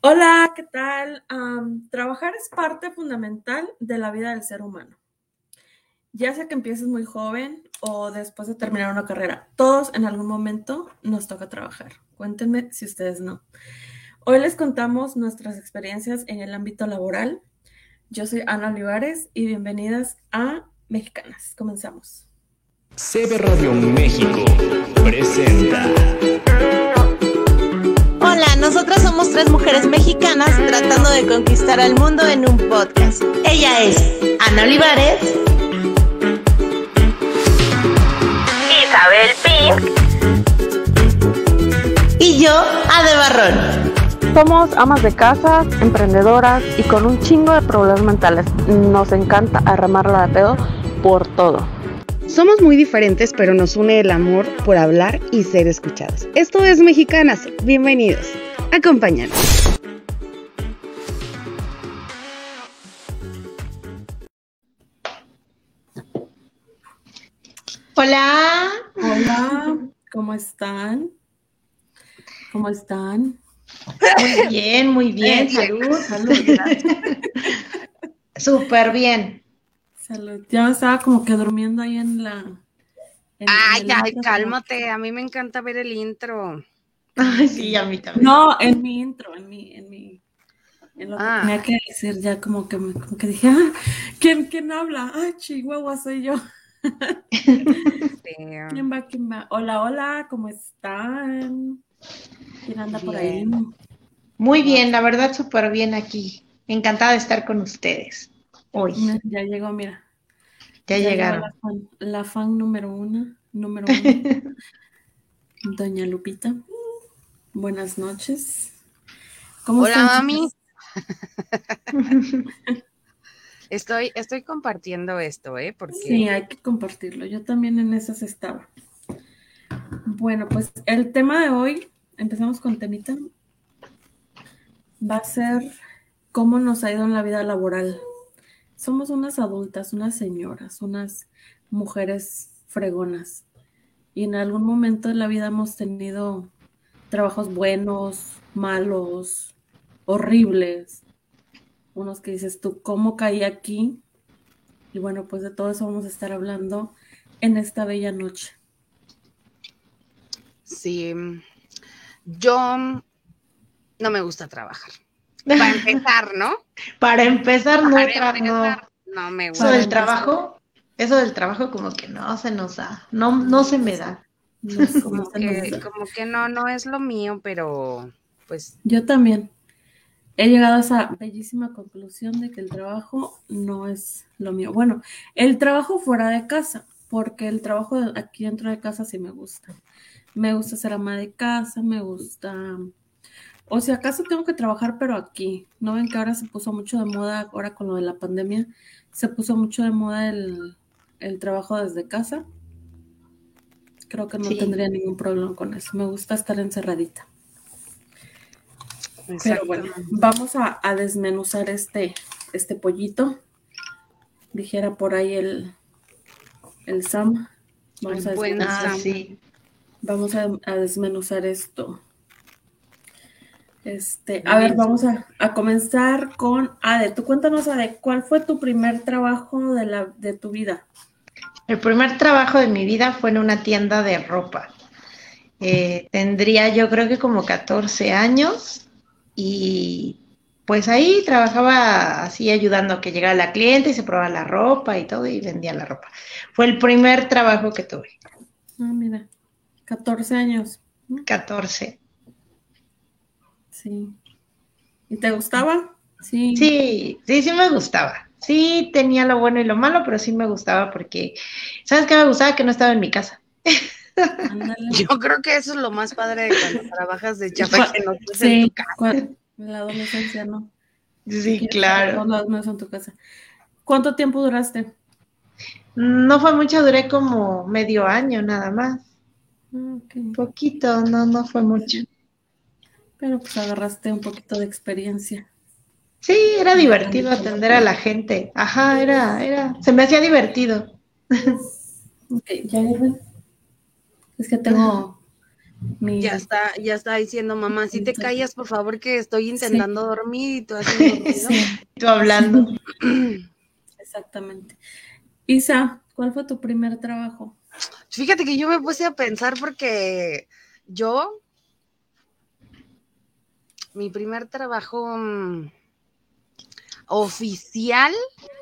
Hola, ¿qué tal? Trabajar es parte fundamental de la vida del ser humano. Ya sea que empieces muy joven o después de terminar una carrera, todos en algún momento nos toca trabajar. Cuéntenme si ustedes no. Hoy les contamos nuestras experiencias en el ámbito laboral. Yo soy Ana Olivares y bienvenidas a Mexicanas. Comenzamos. CB Radio México presenta. Hola, nosotras somos tres mujeres mexicanas tratando de conquistar al mundo en un podcast. Ella es Ana Olivares, Isabel Pink y yo, Ade Barrón. Somos amas de casa, emprendedoras y con un chingo de problemas mentales. Nos encanta arramarla de pedo por todo. Somos muy diferentes, pero nos une el amor por hablar y ser escuchados. Esto es Mexicanas. Bienvenidos. Acompáñanos. Hola. Hola, ¿cómo están? ¿Cómo están? Muy bien, salud. Salud, gracias. Súper bien. Salud. Ya estaba como que durmiendo ahí en la... Ay, cálmate. A mí me encanta ver el intro. Ay, sí, a mí también. No, en mi intro, en lo que tenía que decir, ya como que dije, ¿quién habla? Ah, Chihuahua, soy yo. ¿Quién va? Hola, ¿cómo están? ¿Quién anda por ahí? Muy bien, la verdad, súper bien aquí. Encantada de estar con ustedes hoy. Ya llegó, mira. Ya llegaron. La fan número uno. Doña Lupita. Buenas noches. ¿Cómo Hola, están, mami. chicas? Estoy compartiendo esto, porque... Sí, hay que compartirlo. Yo también en esas estaba. Bueno, pues el tema de hoy, empezamos con temita, va a ser cómo nos ha ido en la vida laboral. Somos unas adultas, unas señoras, unas mujeres fregonas. Y en algún momento de la vida hemos tenido trabajos buenos, malos, horribles. Unos que dices tú, ¿cómo caí aquí? Y bueno, pues de todo eso vamos a estar hablando en esta bella noche. Sí, yo no me gusta trabajar. Para empezar, ¿no? Para empezar, no me gusta. Eso del trabajo como que no se nos da, no se me da. Como que no es lo mío, pero pues... Yo también he llegado a esa bellísima conclusión de que el trabajo no es lo mío. Bueno, el trabajo fuera de casa, porque el trabajo aquí dentro de casa sí me gusta. Me gusta ser ama de casa, me gusta... O si acaso tengo que trabajar, pero aquí. ¿No ven que ahora se puso mucho de moda, ahora con lo de la pandemia, se puso mucho de moda el trabajo desde casa? Creo que no tendría ningún problema con eso. Me gusta estar encerradita. Pero bueno, vamos a desmenuzar este pollito. Dijera por ahí el Sam. Vamos a desmenuzar, vamos a desmenuzar esto. A ver, vamos a comenzar con Ade. Tú cuéntanos, Ade, ¿cuál fue tu primer trabajo de tu vida? El primer trabajo de mi vida fue en una tienda de ropa. Tendría yo creo que como 14 años y pues ahí trabajaba así ayudando a que llegara la cliente y se probaba la ropa y todo y vendía la ropa. Fue el primer trabajo que tuve. Ah, mira, 14 años. 14. Sí. ¿Y te gustaba? Sí me gustaba. Sí, tenía lo bueno y lo malo, pero sí me gustaba porque, ¿sabes qué me gustaba? Que no estaba en mi casa. Yo creo que eso es lo más padre de cuando trabajas de chapa, que no estés en tu casa. En la adolescencia, ¿no? Sí, claro. No es en tu casa. ¿Cuánto tiempo duraste? No fue mucho, duré como medio año nada más. Okay. Poquito, no fue mucho. Pero pues agarraste un poquito de experiencia. Sí, era divertido atender a la gente. Ajá, se me hacía divertido. Ok, ya ven. Es que tengo Ya está diciendo, mamá, si te callas, por favor, que estoy intentando dormir y tú haciendo ruido. Sí, tú hablando. Exactamente. Isa, ¿cuál fue tu primer trabajo? Fíjate que yo me puse a pensar porque mi primer trabajo oficial,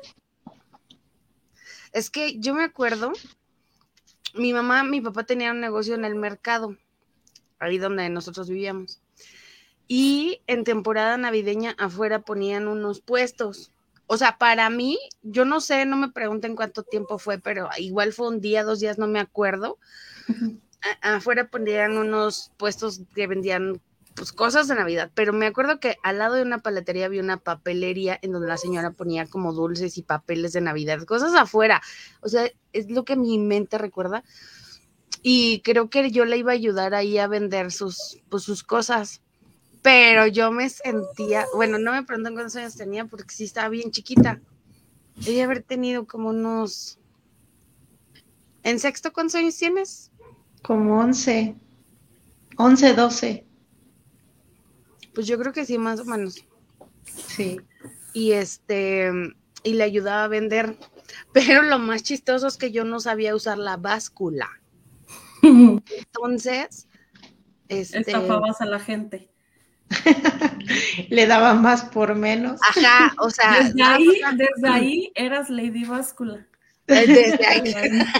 es que yo me acuerdo, mi papá tenía un negocio en el mercado, ahí donde nosotros vivíamos, y en temporada navideña afuera ponían unos puestos. O sea, para mí, yo no sé, no me pregunten cuánto tiempo fue, pero igual fue un día, 2 días, no me acuerdo. Afuera ponían unos puestos que vendían pues cosas de Navidad, pero me acuerdo que al lado de una paletería había una papelería en donde la señora ponía como dulces y papeles de Navidad, cosas afuera. O sea, es lo que mi mente recuerda. Y creo que yo le iba a ayudar ahí a vender sus cosas. Pero yo me sentía, bueno, no me preguntan cuántos años tenía porque sí estaba bien chiquita. Debía haber tenido como unos... ¿En sexto cuántos años tienes? Como 11, 12. Pues yo creo que sí, más o menos. Sí. Y y le ayudaba a vender. Pero lo más chistoso es que yo no sabía usar la báscula. Entonces, estafabas a la gente. Le daba más por menos. Ajá, o sea, desde ahí eras Lady Báscula. Desde ahí.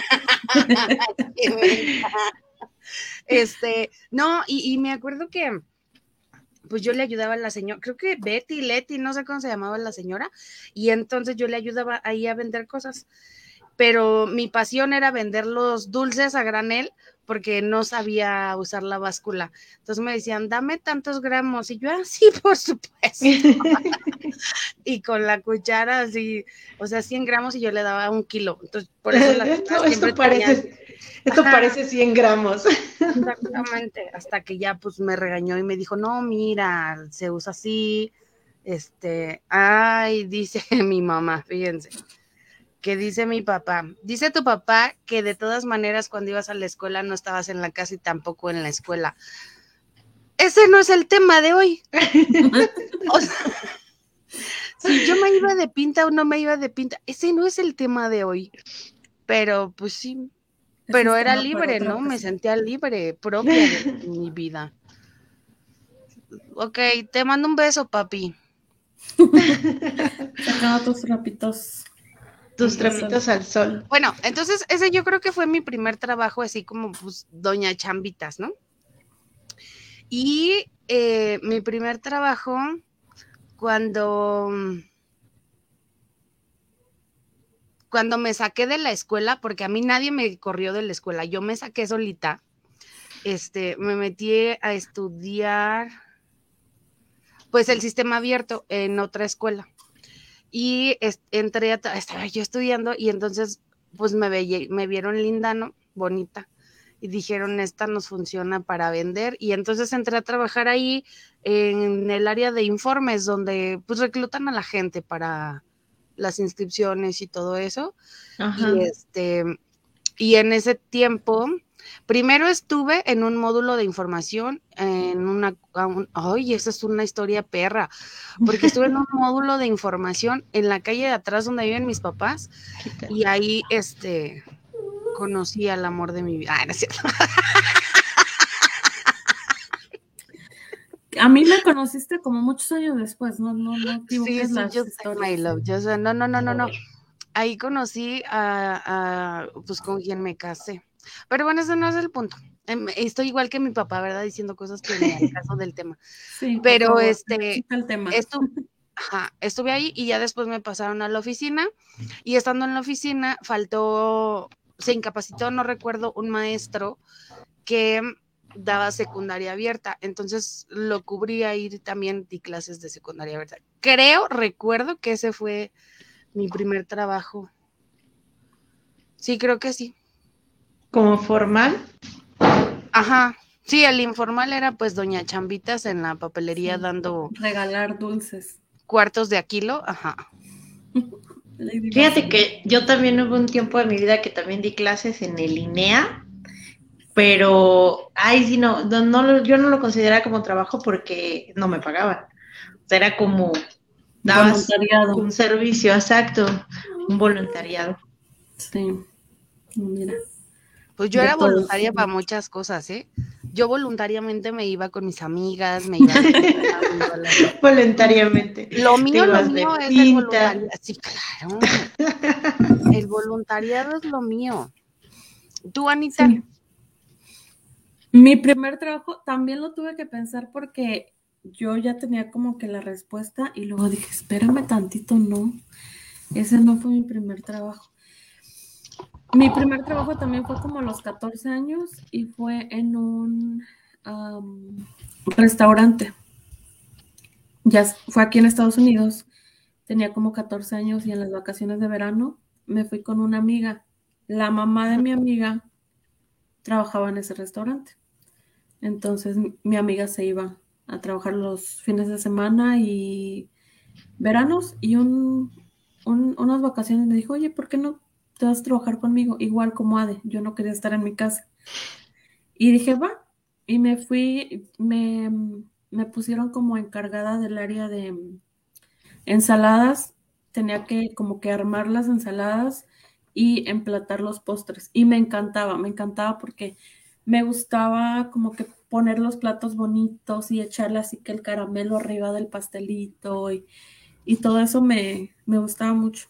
No, y me acuerdo que pues yo le ayudaba a la señora, creo que Leti, no sé cómo se llamaba la señora, y entonces yo le ayudaba ahí a vender cosas, pero mi pasión era vender los dulces a granel porque no sabía usar la báscula. Entonces me decían, dame tantos gramos, y yo, sí, por supuesto. Y con la cuchara así, o sea, 100 gramos y yo le daba 1 kilo. Entonces, por eso esto parece 100 gramos. Exactamente, hasta que ya pues me regañó y me dijo, no, mira, se usa así, dice mi mamá, fíjense, que dice mi papá, dice tu papá que de todas maneras cuando ibas a la escuela no estabas en la casa y tampoco en la escuela. Ese no es el tema de hoy. O sea, si yo me iba de pinta o no me iba de pinta, ese no es el tema de hoy. Pero pues sí, pero era libre, ¿no? Me sentía libre, propia de mi vida. Ok, te mando un beso, papi. Sacaba tus trapitos. Tus trapitos al sol. Bueno, entonces ese yo creo que fue mi primer trabajo, así como pues doña Chambitas, ¿no? Y mi primer trabajo cuando me saqué de la escuela, porque a mí nadie me corrió de la escuela, yo me saqué solita, me metí a estudiar pues el sistema abierto en otra escuela. Y entré, estaba yo estudiando y entonces pues me vieron linda, ¿no? Bonita. Y dijeron, esta nos funciona para vender. Y entonces entré a trabajar ahí en el área de informes, donde pues reclutan a la gente para las inscripciones y todo eso. Ajá. Y en ese tiempo, primero estuve en un módulo de información, esa es una historia perra, porque estuve en un módulo de información en la calle de atrás donde viven mis papás, y ahí conocí al amor de mi vida. No es cierto. A mí me conociste como muchos años después, no equivoques las historias. My love, no. Ahí conocí pues con quien me casé. Pero bueno, ese no es el punto. Estoy igual que mi papá, ¿verdad? Diciendo cosas que en el caso del tema. Sí, pero el tema. Estuve ahí y ya después me pasaron a la oficina, y estando en la oficina se incapacitó, no recuerdo, un maestro que daba secundaria abierta, entonces lo cubrí ahí, también di clases de secundaria abierta. Recuerdo que ese fue mi primer trabajo. Sí, creo que sí. ¿Como formal? Ajá, sí, el informal era pues doña Chambitas en la papelería, sí, dando... regalar dulces. Cuartos de a kilo, ajá. Fíjate que yo también hubo un tiempo de mi vida que también di clases en el INEA, pero ay, sí, yo no lo consideraba como trabajo porque no me pagaban. O sea, era como dabas Voluntariado. un servicio, exacto, un voluntariado. Sí, mira. Pues yo De era todos. voluntaria para muchas cosas, ¿eh? Yo voluntariamente me iba con mis amigas, me iba a Voluntariamente. Lo mío ibas de es el pinta. voluntariado. Sí, claro. El voluntariado es lo mío. ¿Tú, Anita? Sí. Mi primer trabajo también lo tuve que pensar porque yo ya tenía como que la respuesta y luego dije, espérame tantito, no, ese no fue mi primer trabajo. Mi primer trabajo también fue como a los 14 años y fue en un restaurante. Ya fue aquí en Estados Unidos, tenía como 14 años y en las vacaciones de verano me fui con una amiga. La mamá de mi amiga trabajaba en ese restaurante. Entonces mi amiga se iba a trabajar los fines de semana y veranos y unas vacaciones me dijo, oye, ¿por qué no te vas a trabajar conmigo? Igual como Ade, yo no quería estar en mi casa. Y dije, va, y me fui, me pusieron como encargada del área de ensaladas, tenía que como que armar las ensaladas y emplatar los postres. Y me encantaba porque me gustaba como que poner los platos bonitos y echarle así que el caramelo arriba del pastelito y todo eso me gustaba mucho.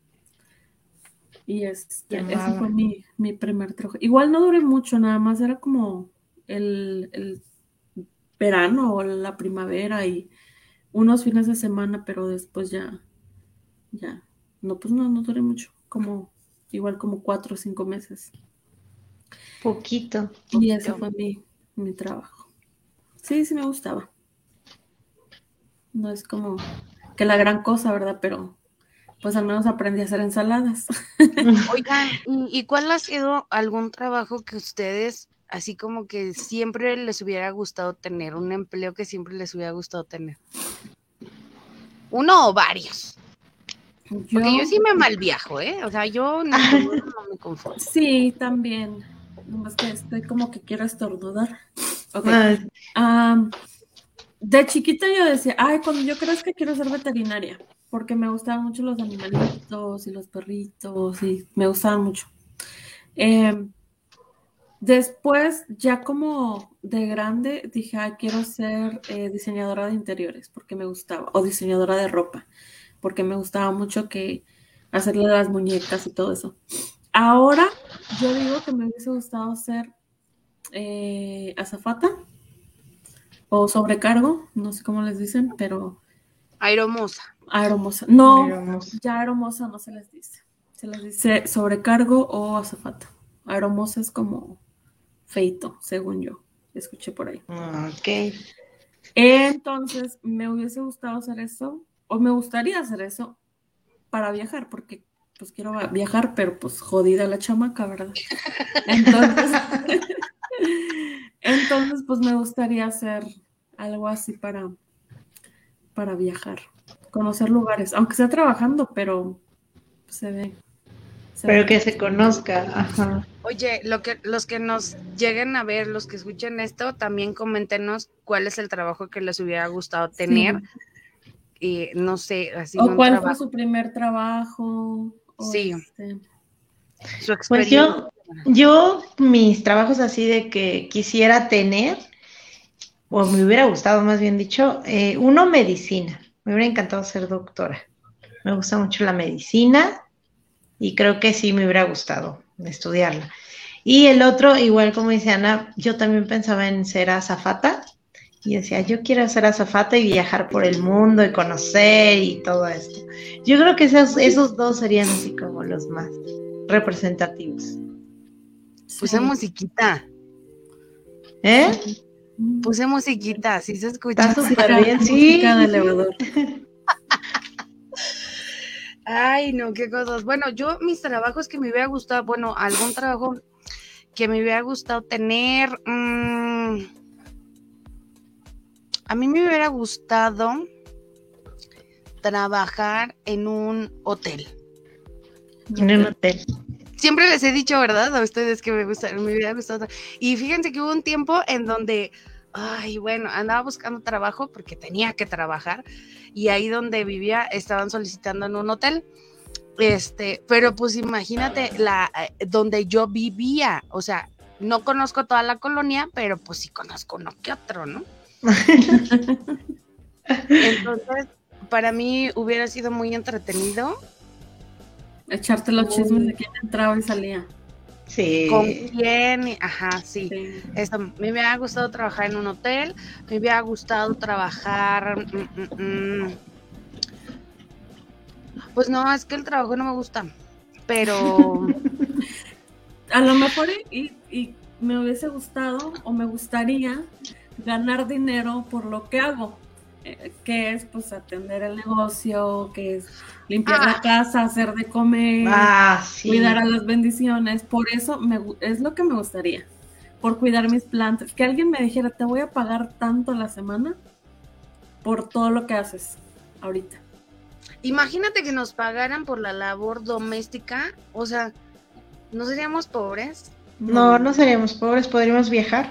Y ese fue mi primer trabajo. Igual no duré mucho, nada más era como el verano o la primavera y unos fines de semana, pero después ya, no, pues no duré mucho, igual como 4 o 5 meses. Poquito. Y ese fue mi trabajo. Sí, me gustaba. No es como que la gran cosa, ¿verdad? Pero pues al menos aprendí a hacer ensaladas. Oigan, ¿y cuál ha sido algún trabajo que ustedes, así como que siempre les hubiera gustado tener, un empleo que siempre les hubiera gustado tener? ¿Uno o varios? Porque yo sí me malviajo, ¿eh? O sea, yo no me conformo. Sí, también. Nomás que estoy como que quiero estornudar. Okay. De chiquita yo decía, cuando yo crezca quiero ser veterinaria, porque me gustaban mucho los animalitos y los perritos y me gustaban mucho. Después, ya como de grande, dije, quiero ser diseñadora de interiores, porque me gustaba, o diseñadora de ropa, porque me gustaba mucho hacerle las muñecas y todo eso. Ahora, yo digo que me hubiese gustado ser azafata o sobrecargo, no sé cómo les dicen, pero... Aeromoza. Aeromoza. No, ya aeromoza no se les dice. Se les dice sobrecargo o azafata. Aeromoza es como feito, según yo. Escuché por ahí. Ok. Entonces, me hubiese gustado hacer eso, o me gustaría hacer eso para viajar, porque pues quiero viajar, pero pues jodida la chamaca, ¿verdad? Entonces pues me gustaría hacer algo así para viajar, conocer lugares, aunque sea trabajando, pero se ve. Pero que se conozca, ajá. Oye, los que nos lleguen a ver, los que escuchen esto, también coméntenos cuál es el trabajo que les hubiera gustado tener. Sí. No sé, así. O cuál fue su primer trabajo. Sí. Su experiencia. Pues yo, mis trabajos así de que quisiera tener, o me hubiera gustado más bien dicho, uno, medicina. Me hubiera encantado ser doctora. Me gusta mucho la medicina y creo que sí me hubiera gustado estudiarla. Y el otro, igual como dice Ana, yo también pensaba en ser azafata y decía, yo quiero ser azafata y viajar por el mundo y conocer y todo esto. Yo creo que esos dos serían así como los más representativos. Puse musiquita. ¿Eh? Puse musiquita, sí se escucha. Está súper bien, sí. Música de elevador. Ay, no, qué cosas. Bueno, yo mis trabajos que me hubiera gustado, bueno, algún trabajo que me hubiera gustado tener, a mí me hubiera gustado trabajar en un hotel. En un hotel. Siempre les he dicho, ¿verdad? A ustedes que me hubiera gustado. Y fíjense que hubo un tiempo en donde, ay, bueno, andaba buscando trabajo porque tenía que trabajar. Y ahí donde vivía estaban solicitando en un hotel. Pero pues imagínate donde yo vivía, o sea, no conozco toda la colonia, pero pues sí conozco uno que otro, ¿no? Entonces, para mí hubiera sido muy entretenido echarte los chismes de quién entraba y salía. Sí. ¿Con quién? Ajá, sí. Eso, me hubiera gustado trabajar en un hotel, me hubiera gustado trabajar... Pues no, es que el trabajo no me gusta, pero... A lo mejor y me hubiese gustado o me gustaría ganar dinero por lo que hago, que es pues atender el negocio, que es limpiar la casa, hacer de comer, sí. cuidar a las bendiciones. Por eso es lo que me gustaría, por cuidar mis plantas. Que alguien me dijera, te voy a pagar tanto a la semana por todo lo que haces ahorita. Imagínate que nos pagaran por la labor doméstica, o sea, ¿no seríamos pobres? No seríamos pobres, podríamos viajar.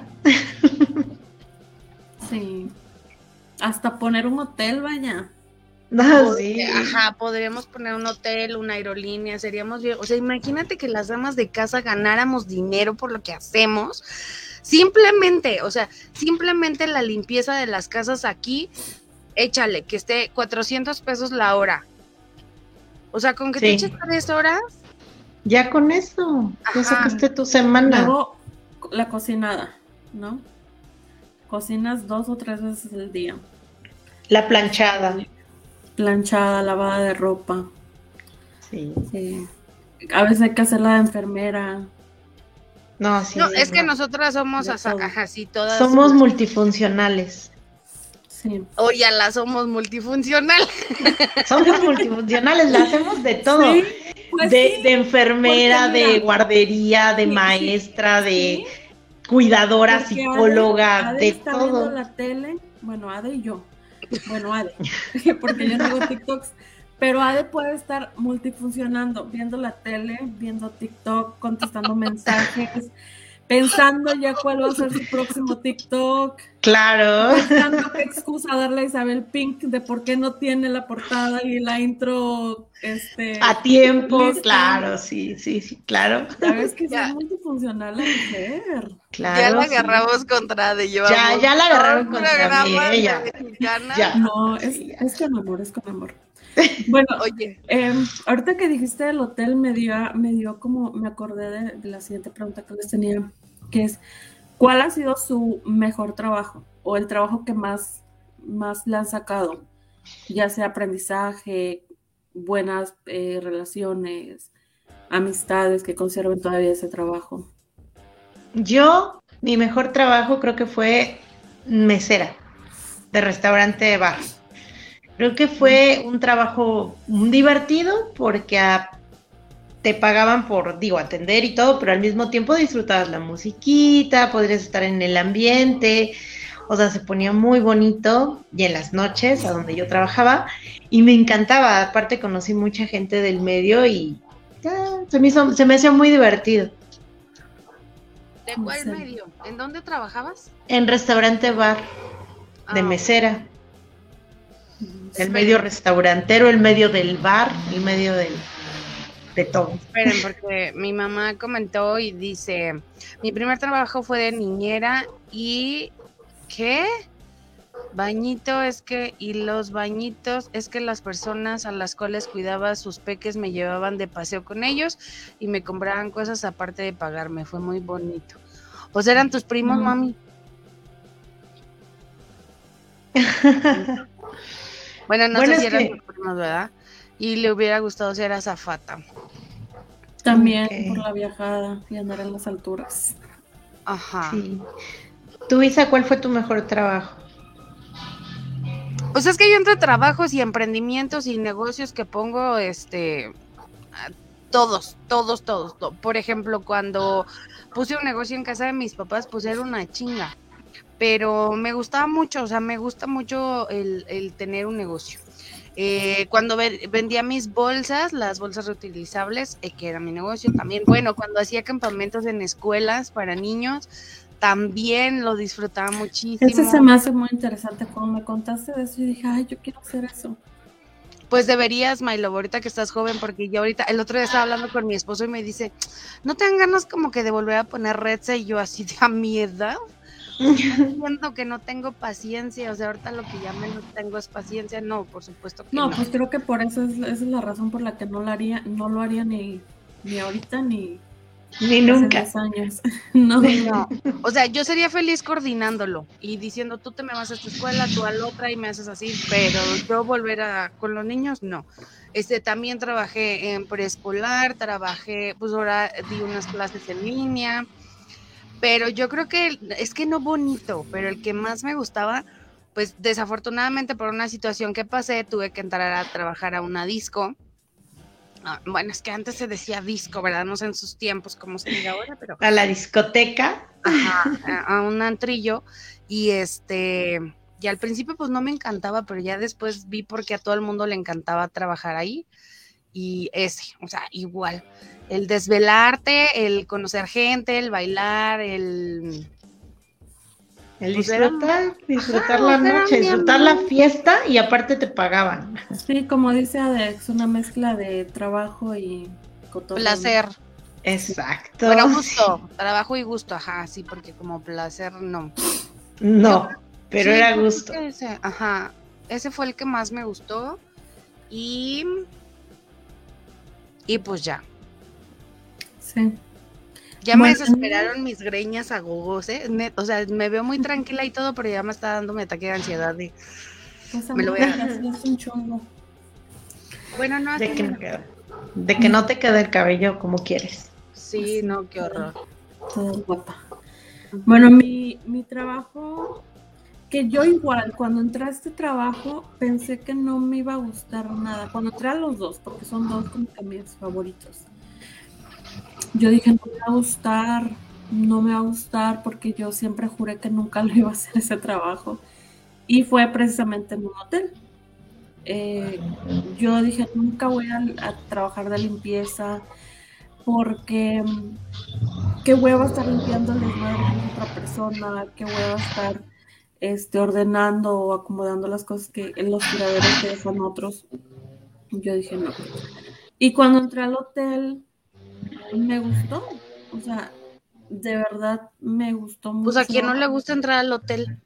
Sí. Hasta poner un hotel, vaya. Sí. Ajá, podríamos poner un hotel, una aerolínea, seríamos bien. O sea, imagínate que las damas de casa ganáramos dinero por lo que hacemos. Simplemente la limpieza de las casas aquí, échale, que esté 400 pesos la hora. O sea, con que te eches 3 horas. Ya con eso, ya sacaste tu semana. Luego, la cocinada, ¿no? Cocinas 2 o 3 veces al día. La planchada. Planchada, lavada de ropa. Sí. A veces hay que hacerla de enfermera. No, es que nosotras somos todas. Somos multifuncionales. Sí. O ya la somos multifuncional. Somos multifuncionales, la hacemos de todo. Sí, pues de enfermera, de guardería, de maestra, de cuidadora, porque psicóloga, Ade de está todo. Viendo la tele, bueno, Ade y yo. Bueno, Ade, porque yo no hago TikToks. Pero Ade puede estar multifuncionando, viendo la tele, viendo TikTok, contestando mensajes, pensando ya cuál va a ser su próximo TikTok. Claro. Pensando qué excusa darle a Isabel Pink de por qué no tiene la portada y la intro a tiempo, lista. Claro, sí, claro. Sabes que es multifuncional la mujer. Claro. Ya la agarramos contra Ade, ya la agarraron contra mí, ella. Ya. No, es con amor, es con amor. Bueno, oye, ahorita que dijiste del hotel me dio como, me acordé de la siguiente pregunta que les tenía, que es, ¿cuál ha sido su mejor trabajo o el trabajo que más le han sacado? Ya sea aprendizaje, buenas relaciones, amistades que conserven todavía ese trabajo. Mi mejor trabajo creo que fue mesera de restaurante de bar. Creo que fue un trabajo divertido porque te pagaban por, atender y todo, pero al mismo tiempo disfrutabas la musiquita, podrías estar en el ambiente, o sea, se ponía muy bonito, y en las noches, a donde yo trabajaba, y me encantaba, aparte conocí mucha gente del medio y se me hacía muy divertido. ¿De cuál medio? ¿En dónde trabajabas? En restaurante bar, de mesera. El medio restaurantero, el medio del bar, el medio de todo. Esperen, porque mi mamá comentó y dice, mi primer trabajo fue de niñera y ¿qué? Los bañitos es que las personas a las cuales cuidaba sus peques me llevaban de paseo con ellos y me compraban cosas aparte de pagarme, fue muy bonito. Pues eran tus primos, mami. Bueno, no sé si eran tus primos, ¿verdad? Y le hubiera gustado ser azafata. También por la viajada y andar en las alturas. Ajá. Sí. ¿Tú, Isa, cuál fue tu mejor trabajo? Pues es que yo entre trabajos y emprendimientos y negocios que pongo, todos. Por ejemplo, cuando puse un negocio en casa de mis papás, pues era una chinga. Pero me gustaba mucho, me gusta mucho el tener un negocio. Cuando vendía mis bolsas, las bolsas reutilizables, que era mi negocio también. Bueno, cuando hacía campamentos en escuelas para niños, también lo disfrutaba muchísimo. Ese se me hace muy interesante. Cuando me contaste de eso, yo dije, ay, yo quiero hacer eso. Pues deberías, Milo, ahorita que estás joven, porque yo ahorita, el otro día estaba hablando con mi esposo y me dice, ¿no te dan ganas como que de volver a poner Redsa? Y yo así de a mi edad, siento que no tengo paciencia, o sea, ahorita lo que ya menos tengo es paciencia, no, por supuesto que no. No, pues creo que por eso esa es la razón por la que no lo haría ni ahorita ni nunca. hace 10 años. No. O sea, yo sería feliz coordinándolo y diciendo, tú te me vas a esta escuela, tú a la otra y me haces así, pero yo volver con los niños, no. También trabajé en preescolar, pues ahora di unas clases en línea, pero yo creo que es que no bonito, pero el que más me gustaba, pues desafortunadamente por una situación que pasé, tuve que entrar a trabajar a una disco. Bueno, es que antes se decía disco, ¿verdad? No sé en sus tiempos cómo se diga ahora, pero... A la discoteca. Ajá, a un antrillo, y y al principio pues no me encantaba, pero ya después vi por qué a todo el mundo le encantaba trabajar ahí, y o sea, igual, el desvelarte, el conocer gente, el bailar, el disfrutar la noche, disfrutar la fiesta y aparte te pagaban. Sí, como dice Adex, una mezcla de trabajo y cotorreo. Placer. Exacto. Bueno, gusto, trabajo y gusto, ajá, sí, porque como placer no. No, pero sí, era gusto. Ese fue el que más me gustó y pues ya. Sí. Ya me desesperaron mis greñas a gogos, o sea, me veo muy tranquila y todo, pero ya me está dando mi ataque de ansiedad y me lo voy a hacer un chongo. Bueno, no, de que no te quede el cabello como quieres. Sí, no, qué horror. Todo guapa. Bueno, mi trabajo, que yo igual, cuando entré a este trabajo, pensé que no me iba a gustar nada. Cuando entré a los dos, porque son dos como que mis favoritos. Yo dije, no me va a gustar, porque yo siempre juré que nunca lo iba a hacer ese trabajo. Y fue precisamente en un hotel. Yo dije, nunca voy a trabajar de limpieza, porque qué hueva estar limpiando el desmadre de otra persona, qué hueva estar ordenando o acomodando las cosas que en los tiraderos que dejan otros. Yo dije, no. Y cuando entré al hotel, me gustó. O sea, de verdad me gustó mucho. Pues a quien no le gusta entrar al hotel.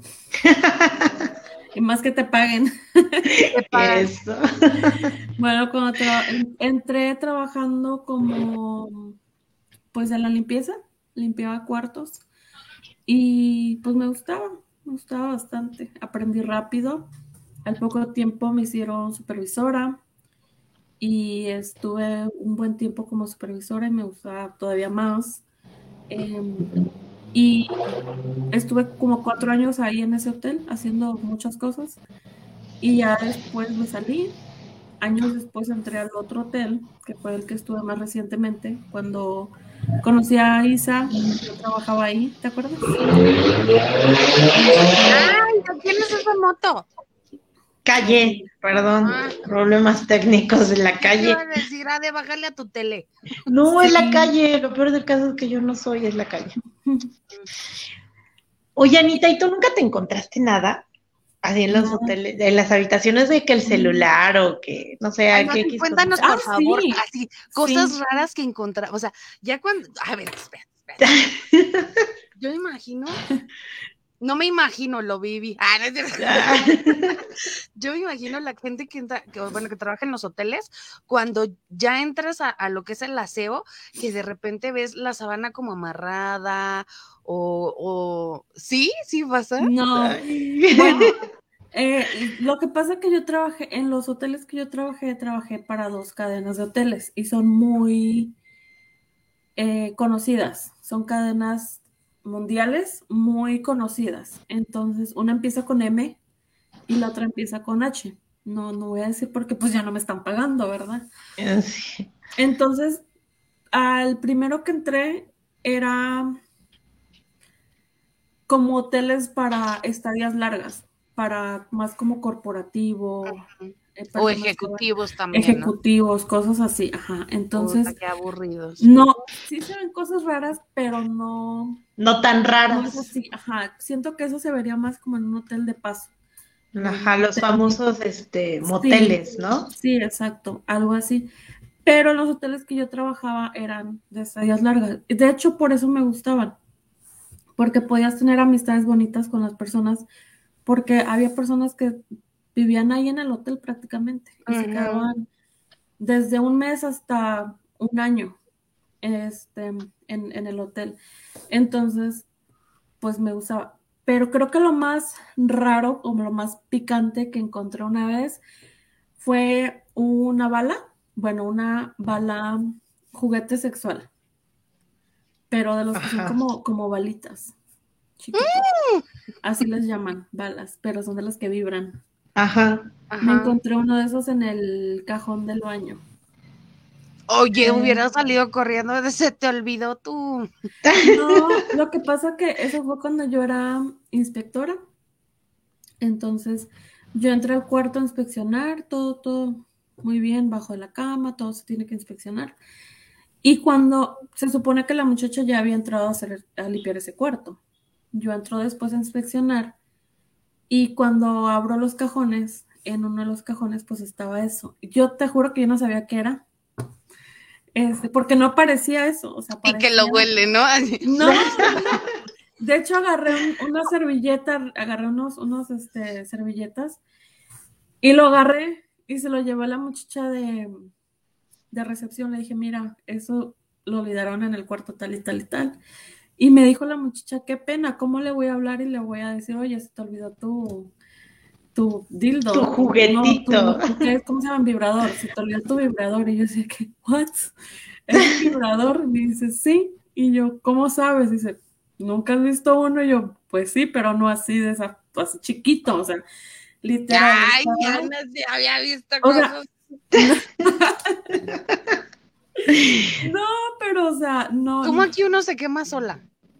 Y más que te paguen. Te pagan. Eso. Bueno, cuando entré trabajando como, pues en la limpieza, limpiaba cuartos. Y pues me gustaba bastante. Aprendí rápido. Al poco tiempo me hicieron supervisora y estuve un buen tiempo como supervisora y me gustaba todavía más. Y estuve como 4 años ahí en ese hotel haciendo muchas cosas y ya después me salí. Años después entré al otro hotel, que fue el que estuve más recientemente, cuando conocí a Isa, yo trabajaba ahí, ¿te acuerdas? ¡Ay! ¿Quién es esa moto? Calle, perdón, problemas técnicos de la calle. ¿Qué iba a decir? De bajarle a tu tele. No, sí. Es la calle, lo peor del caso es que yo no soy, es la calle. Oye, Anita, ¿y tú nunca te encontraste nada? Así en los hoteles, en las habitaciones de que el celular o que, no sé, Ay, no, sí, cuéntanos, por favor, sí. Así, cosas raras que encontramos. O sea, ya cuando, a ver, espera. Yo no me imagino, lo viví. No es cierto. Yo me imagino la gente que trabaja en los hoteles, cuando ya entras a lo que es el aseo, que de repente ves la sábana como amarrada, o ¿sí pasa? No. Bueno, lo que pasa es que yo trabajé, en los hoteles que yo trabajé para 2 cadenas de hoteles y son muy conocidas, son cadenas mundiales muy conocidas. Entonces, una empieza con M y la otra empieza con H. No voy a decir porque pues ya no me están pagando, ¿verdad? Sí. Entonces, al primero que entré era como hoteles para estadías largas, para más como corporativo, O personas que ejecutivos también, ejecutivos, cosas así, ajá. ¿no? Entonces, Puta, qué aburridos. no, sí se ven cosas raras, pero no, No tan no es raras. así, ajá. Siento que eso se vería más como en un hotel de paso, o en Ajá, un los hotel. famosos Sí, moteles, ¿no? sí, exacto, algo así. Pero los hoteles que yo trabajaba eran de estadías largas. De hecho, por eso me gustaban, porque podías tener amistades bonitas con las personas, porque había personas que vivían ahí en el hotel prácticamente y se Ujú. quedaban desde un mes hasta un año en el hotel. Entonces, pues me gustaba. Pero creo que lo más raro o lo más picante que encontré una vez fue una bala, bueno, una bala juguete sexual, pero de los que son Ajá, como balitas, chiquitas. Así les llaman, balas, pero son de las que vibran. ajá. Me Ajá. encontré uno de esos en el cajón del baño. Oye, Eh, hubiera salido corriendo, se te olvidó tú. no, lo que pasa que eso fue cuando yo era inspectora. Entonces, yo entré al cuarto a inspeccionar, todo muy bien, bajo de la cama, todo se tiene que inspeccionar. Y cuando se supone que la muchacha ya había entrado a limpiar ese cuarto, yo entro después a inspeccionar y cuando abro los cajones, en uno de los cajones pues estaba eso. Yo te juro que yo no sabía qué era, porque no parecía eso, o sea, Y que lo parecía... huele, ¿no? Así. No, de hecho agarré una servilleta, agarré unos servilletas y lo agarré y se lo llevé a la muchacha de recepción. Le dije, mira, eso lo olvidaron en el cuarto tal y tal y tal. Y me dijo la muchacha, qué pena, ¿cómo le voy a hablar y le voy a decir, oye, se te olvidó tu Tu dildo, no, juguetito. ¿qué, cómo se llama? Vibrador, se te olvidó tu vibrador. Y yo decía, ¿qué? ¿What? ¿Es un vibrador? Y me dice, sí. Y yo, ¿cómo sabes? Dice, ¿nunca has visto uno? Y yo, pues sí, pero no así así chiquito, o sea, literal. Ay, ya Estaba, no se había visto o sea, cosas. no, no, pero, o sea, no, ¿Cómo aquí uno se quema sola?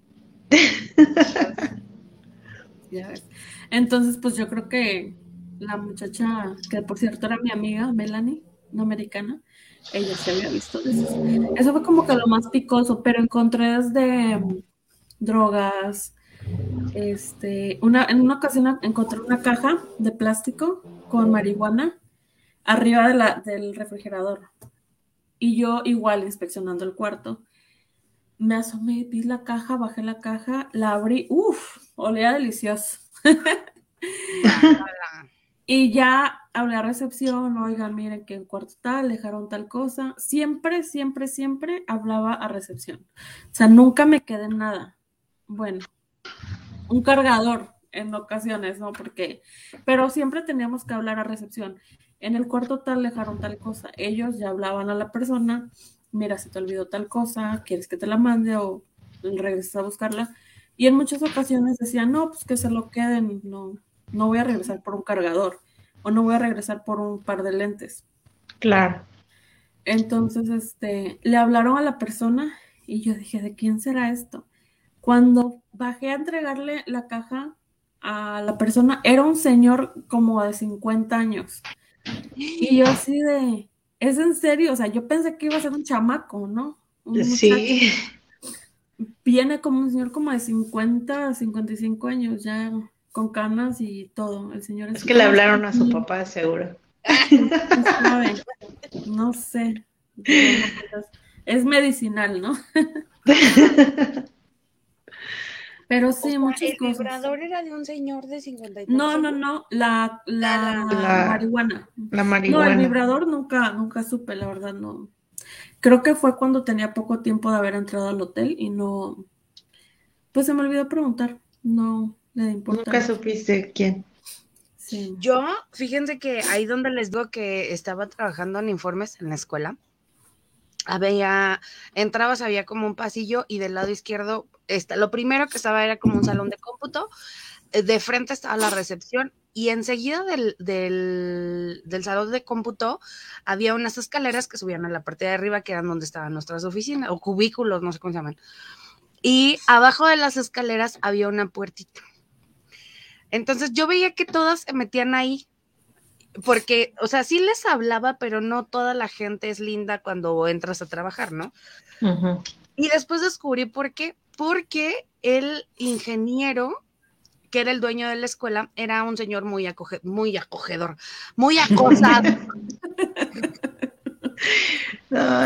ya ves. Entonces, pues yo creo que la muchacha, que por cierto era mi amiga, Melanie, una americana, ella se había visto de esos. Eso fue como que lo más picoso, pero encontré desde drogas, en una ocasión encontré una caja de plástico con marihuana arriba del refrigerador. Y yo igual inspeccionando el cuarto. Me asomé, vi la caja, bajé la caja, la abrí, uff, olía delicioso. Guácala. Y ya hablé a recepción, oigan, miren que en cuarto tal, dejaron tal cosa. Siempre, siempre, siempre hablaba a recepción. O sea, nunca me quedé en nada. Bueno, un cargador en ocasiones, ¿no? Pero siempre teníamos que hablar a recepción. En el cuarto tal dejaron tal cosa. Ellos ya hablaban a la persona, mira, se te olvidó tal cosa, ¿quieres que te la mande o regresas a buscarla? Y en muchas ocasiones decían, no, pues que se lo queden, no, no voy a regresar por un cargador o no voy a regresar por un par de lentes. Claro. Entonces, le hablaron a la persona y yo dije, ¿de quién será esto? Cuando bajé a entregarle la caja a la persona, era un señor como de 50 años. Y yo así de, ¿es en serio? O sea, yo pensé que iba a ser un chamaco, ¿no? Un muchacho. Sí. Viene como un señor como de 55 años, ya con canas y todo. El señor Es así, que le ¿cómo estás? hablaron a su papá, de seguro. ¿Quién sabe? No sé. Digo, no, pues, es medicinal, ¿no? Pero O sí, sea, muchas el cosas. vibrador era de un señor de 50 y No, tantos no, años. no, la La, marihuana. la No, el marihuana. vibrador nunca supe, la verdad, no. Creo que fue cuando tenía poco tiempo de haber entrado al hotel y no, pues se me olvidó preguntar, no le di Nunca importancia. supiste quién. Sí. Yo, fíjense que ahí donde les digo que estaba trabajando en informes en la escuela, entrabas, había como un pasillo y del lado izquierdo, lo primero que estaba era como un salón de cómputo, de frente estaba la recepción y enseguida del salón de cómputo había unas escaleras que subían a la parte de arriba, que eran donde estaban nuestras oficinas o cubículos, no sé cómo se llaman. Y abajo de las escaleras había una puertita. Entonces yo veía que todas se metían ahí porque, o sea, sí les hablaba, pero no toda la gente es linda cuando entras a trabajar, ¿no? Ujú. Y después descubrí por qué. Porque el ingeniero, que era el dueño de la escuela, era un señor muy acogedor, muy acosado. No.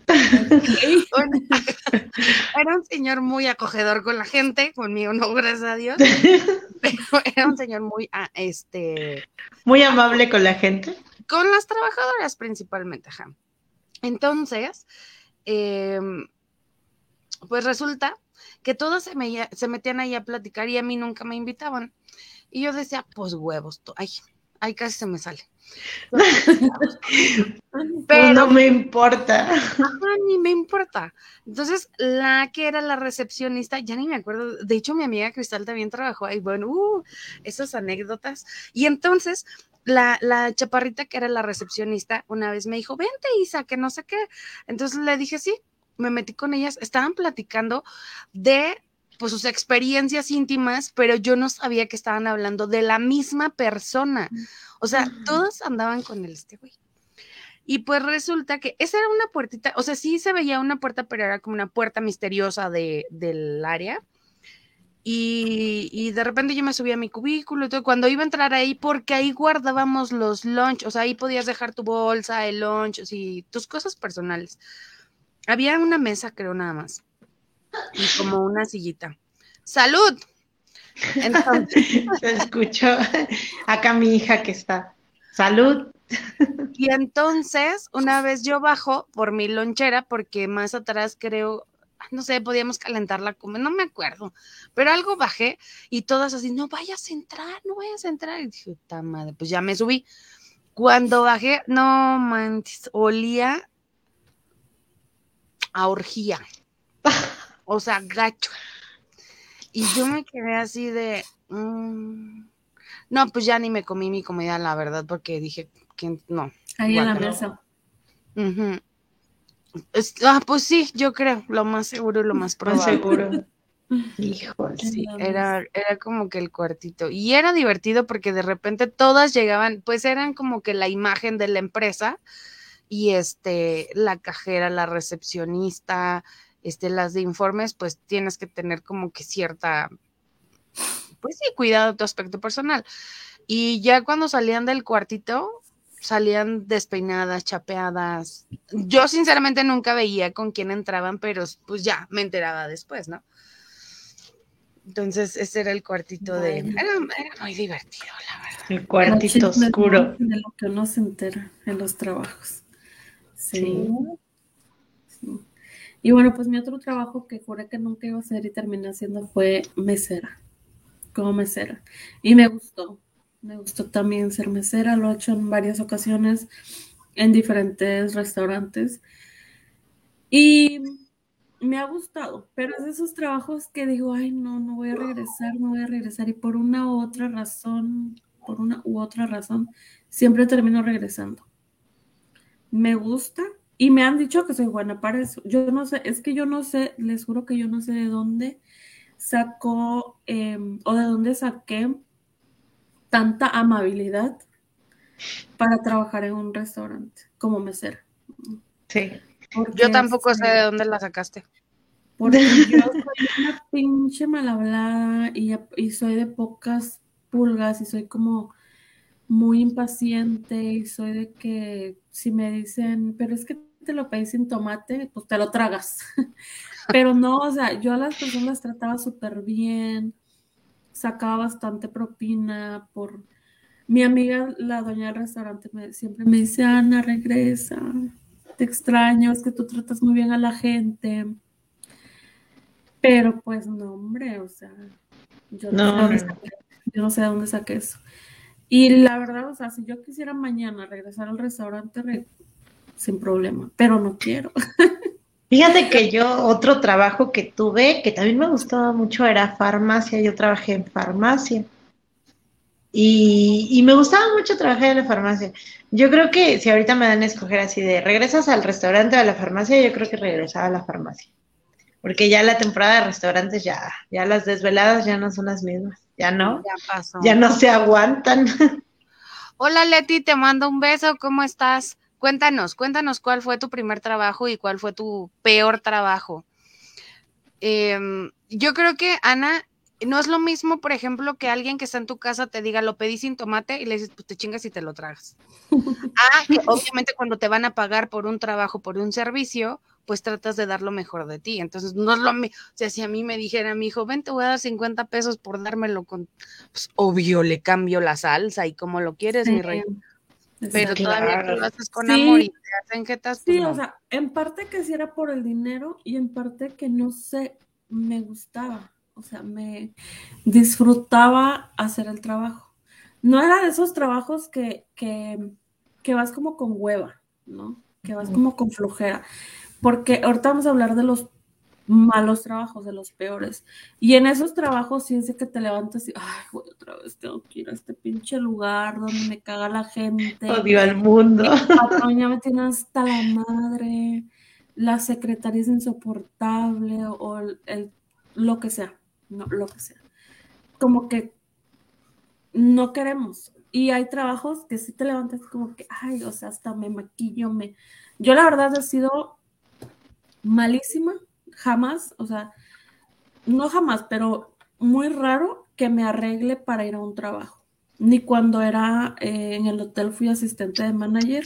Era un señor muy acogedor con la gente, conmigo no, gracias a Dios, pero era un señor muy, Muy amable con la gente. con las trabajadoras principalmente, ajá. Entonces, pues resulta que todas se metían ahí a platicar y a mí nunca me invitaban. Y yo decía, pues huevos, ay, casi se me sale. Pero no me importa. Ni me importa. Entonces, la que era la recepcionista, ya ni me acuerdo, de hecho mi amiga Cristal también trabajó ahí, bueno, esas anécdotas. Y entonces, la chaparrita que era la recepcionista, una vez me dijo, vente Isa, que no sé qué. Entonces le dije, sí, me metí con ellas, estaban platicando de pues sus experiencias íntimas, pero yo no sabía que estaban hablando de la misma persona. O sea, todas andaban con este güey. Y pues resulta que esa era una puertita, o sea, sí se veía una puerta, pero era como una puerta misteriosa del área. Y de repente yo me subí a mi cubículo y todo, cuando iba a entrar ahí, porque ahí guardábamos los lunch, o sea, ahí podías dejar tu bolsa, el lunch, y tus cosas personales. Había una mesa, creo, nada más, y como una sillita. ¡Salud! Entonces, Se escuchó acá mi hija que está. Salud. y entonces, una vez yo bajo por mi lonchera, porque más atrás creo, no sé, podíamos calentar la comida, no me acuerdo, pero algo bajé y todas así, no vayas a entrar, no vayas a entrar. Y dije, puta madre, pues ya me subí. Cuando bajé, no manches, olía a orgía, o sea, gacho. Y yo me quedé así de, no, pues ya ni me comí mi comida, la verdad, porque dije, que no. Ahí en la mesa. Uh-huh. Pues sí, yo creo, lo más seguro y lo más probable. Más seguro. Híjole. Sí, era como que el cuartito. Y era divertido porque de repente todas llegaban, pues eran como que la imagen de la empresa y la cajera, la recepcionista, las de informes, pues tienes que tener como que cierta, pues sí, cuidado de tu aspecto personal. Y ya cuando salían del cuartito, salían despeinadas, chapeadas. Yo sinceramente nunca veía con quién entraban, pero pues ya me enteraba después, ¿no? Entonces ese era el cuartito Bueno. Era muy divertido, la verdad. El cuartito oscuro. De lo que uno se entera en los trabajos. Sí. Y bueno, pues mi otro trabajo que juré que nunca iba a hacer y terminé haciendo fue mesera, como mesera. Y me gustó también ser mesera, lo he hecho en varias ocasiones en diferentes restaurantes. Y me ha gustado, pero es de esos trabajos que digo, ay, no voy a regresar. Y por una u otra razón, siempre termino regresando. Me gusta y me han dicho que soy buena para eso. Yo no sé, es que yo no sé, les juro que yo no sé de dónde sacó o de dónde saqué tanta amabilidad para trabajar en un restaurante como mesera. Sí. Porque, yo tampoco sé de dónde la sacaste. Porque yo soy una pinche mal hablada y soy de pocas pulgas y soy como muy impaciente y soy de que si me dicen, pero es que te lo pedí sin tomate, pues te lo tragas. Pero no, o sea, yo a las personas las trataba súper bien, sacaba bastante propina por... Mi amiga, la dueña del restaurante, siempre me dice, Ana, regresa, te extraño, es que tú tratas muy bien a la gente. Pero pues no, hombre, o sea, yo no sé de dónde saqué eso. Y la verdad, o sea, si yo quisiera mañana regresar al restaurante, sin problema, pero no quiero. Fíjate que yo otro trabajo que tuve, que también me gustaba mucho, era farmacia. Yo trabajé en farmacia. Y me gustaba mucho trabajar en la farmacia. Yo creo que si ahorita me dan a escoger así de regresas al restaurante o a la farmacia, yo creo que regresaba a la farmacia. Porque ya la temporada de restaurantes ya las desveladas ya no son las mismas. Ya no. Ya pasó. Ya no se aguantan. Hola Leti, te mando un beso, ¿cómo estás? Cuéntanos cuál fue tu primer trabajo y cuál fue tu peor trabajo. Yo creo que, Ana, no es lo mismo, por ejemplo, que alguien que está en tu casa te diga, lo pedí sin tomate, y le dices, pues te chingas y te lo tragas. Que obviamente cuando te van a pagar por un trabajo, por un servicio, pues tratas de dar lo mejor de ti. Entonces, no es lo mismo. O sea, si a mí me dijera mi hijo, ven, te voy a dar 50 pesos por dármelo con, pues obvio, le cambio la salsa y como lo quieres, Sí, mi rey. Pero exacto. todavía que Claro. lo haces con amor y Sí, te hacen jetas, pues sí, o no. sea, en parte que sí era por el dinero y en parte que no sé, me gustaba, o sea, me disfrutaba hacer el trabajo. No era de esos trabajos que vas como con hueva, ¿no? Que vas como con flojera, porque ahorita vamos a hablar de los malos trabajos, de los peores. Y en esos trabajos sí es de que te levantas y, ay, güey, otra vez tengo que ir a este pinche lugar donde me caga la gente. Odio al mundo. Patrón ya me tiene hasta la madre, la secretaria es insoportable o lo que sea, no, lo que sea. Como que no queremos. Y hay trabajos que sí te levantas como que, ay, o sea, hasta me maquillo, me... Yo la verdad he sido malísima, jamás, o sea, no jamás, pero muy raro que me arregle para ir a un trabajo. Ni cuando era en el hotel fui asistente de manager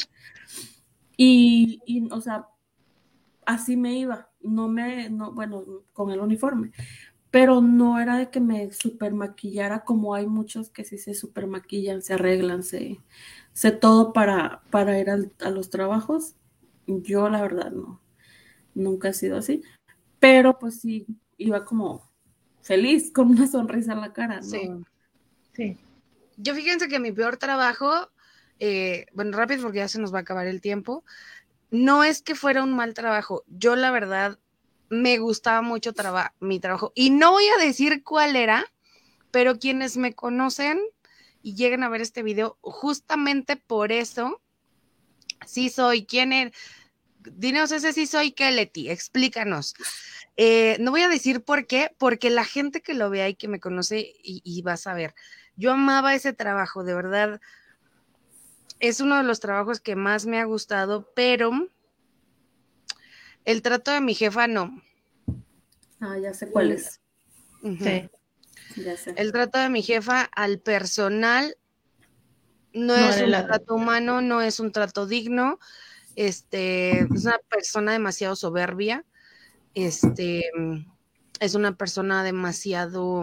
o sea, así me iba, bueno, con el uniforme, pero no era de que me super maquillara como hay muchos que sí se super maquillan, se arreglan, sé todo para ir a los trabajos. Yo la verdad no, nunca he sido así, pero pues sí, iba como feliz, con una sonrisa en la cara, Sí. ¿no? Sí. Yo fíjense que mi peor trabajo, bueno, rápido porque ya se nos va a acabar el tiempo, no es que fuera un mal trabajo. Yo la verdad me gustaba mucho mi trabajo y no voy a decir cuál era, pero quienes me conocen y lleguen a ver este video, justamente por eso, sí soy. ¿Quién es? Dinos ese sí soy, ¿qué, Leti? Explícanos. No voy a decir por qué, porque la gente que lo vea y que me conoce y va a saber. Yo amaba ese trabajo, de verdad. Es uno de los trabajos que más me ha gustado, pero el trato de mi jefa no. Ah, ya sé cuál es, Sí. ya sé. El trato de mi jefa al personal no No es era un la... trato humano, no es un trato digno. Es una persona demasiado soberbia. Es una persona demasiado...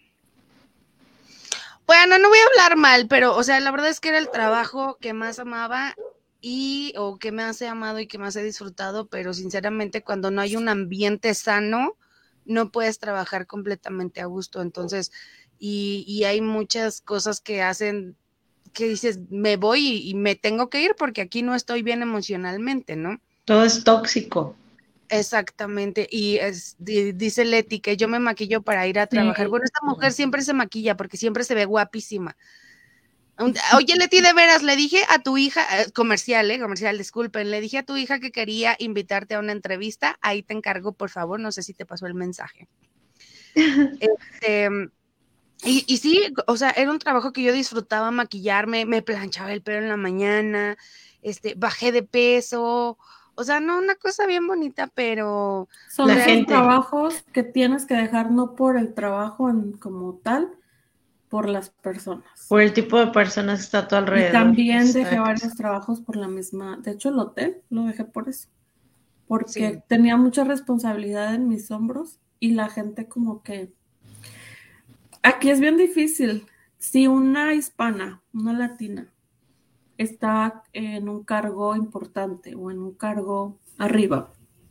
Bueno, no voy a hablar mal, pero, o sea, la verdad es que era el trabajo que más amaba o que más he amado y que más he disfrutado, pero sinceramente cuando no hay un ambiente sano, no puedes trabajar completamente a gusto. Entonces, y hay muchas cosas que hacen que dices, me voy y me tengo que ir porque aquí no estoy bien emocionalmente, ¿no? Todo es tóxico. Exactamente, y dice Leti que yo me maquillo para ir a trabajar. Sí. Bueno, esta mujer siempre se maquilla porque siempre se ve guapísima. Oye, Leti, de veras, le dije a tu hija, comercial, disculpen, le dije a tu hija que quería invitarte a una entrevista, ahí te encargo, por favor, no sé si te pasó el mensaje. Este, y sí, o sea, era un trabajo que yo disfrutaba maquillarme, me planchaba el pelo en la mañana, bajé de peso, o sea, no, una cosa bien bonita, pero Son La de esos gente, trabajos que tienes que dejar no por el trabajo como tal, por las personas. por el tipo de personas que está a tu Y alrededor. también dejé Exacto. varios trabajos por la misma, de hecho el hotel lo dejé por eso, porque sí, tenía mucha responsabilidad en mis hombros y la gente como que, aquí es bien difícil, si una hispana, una latina, está en un cargo importante o en un cargo arriba,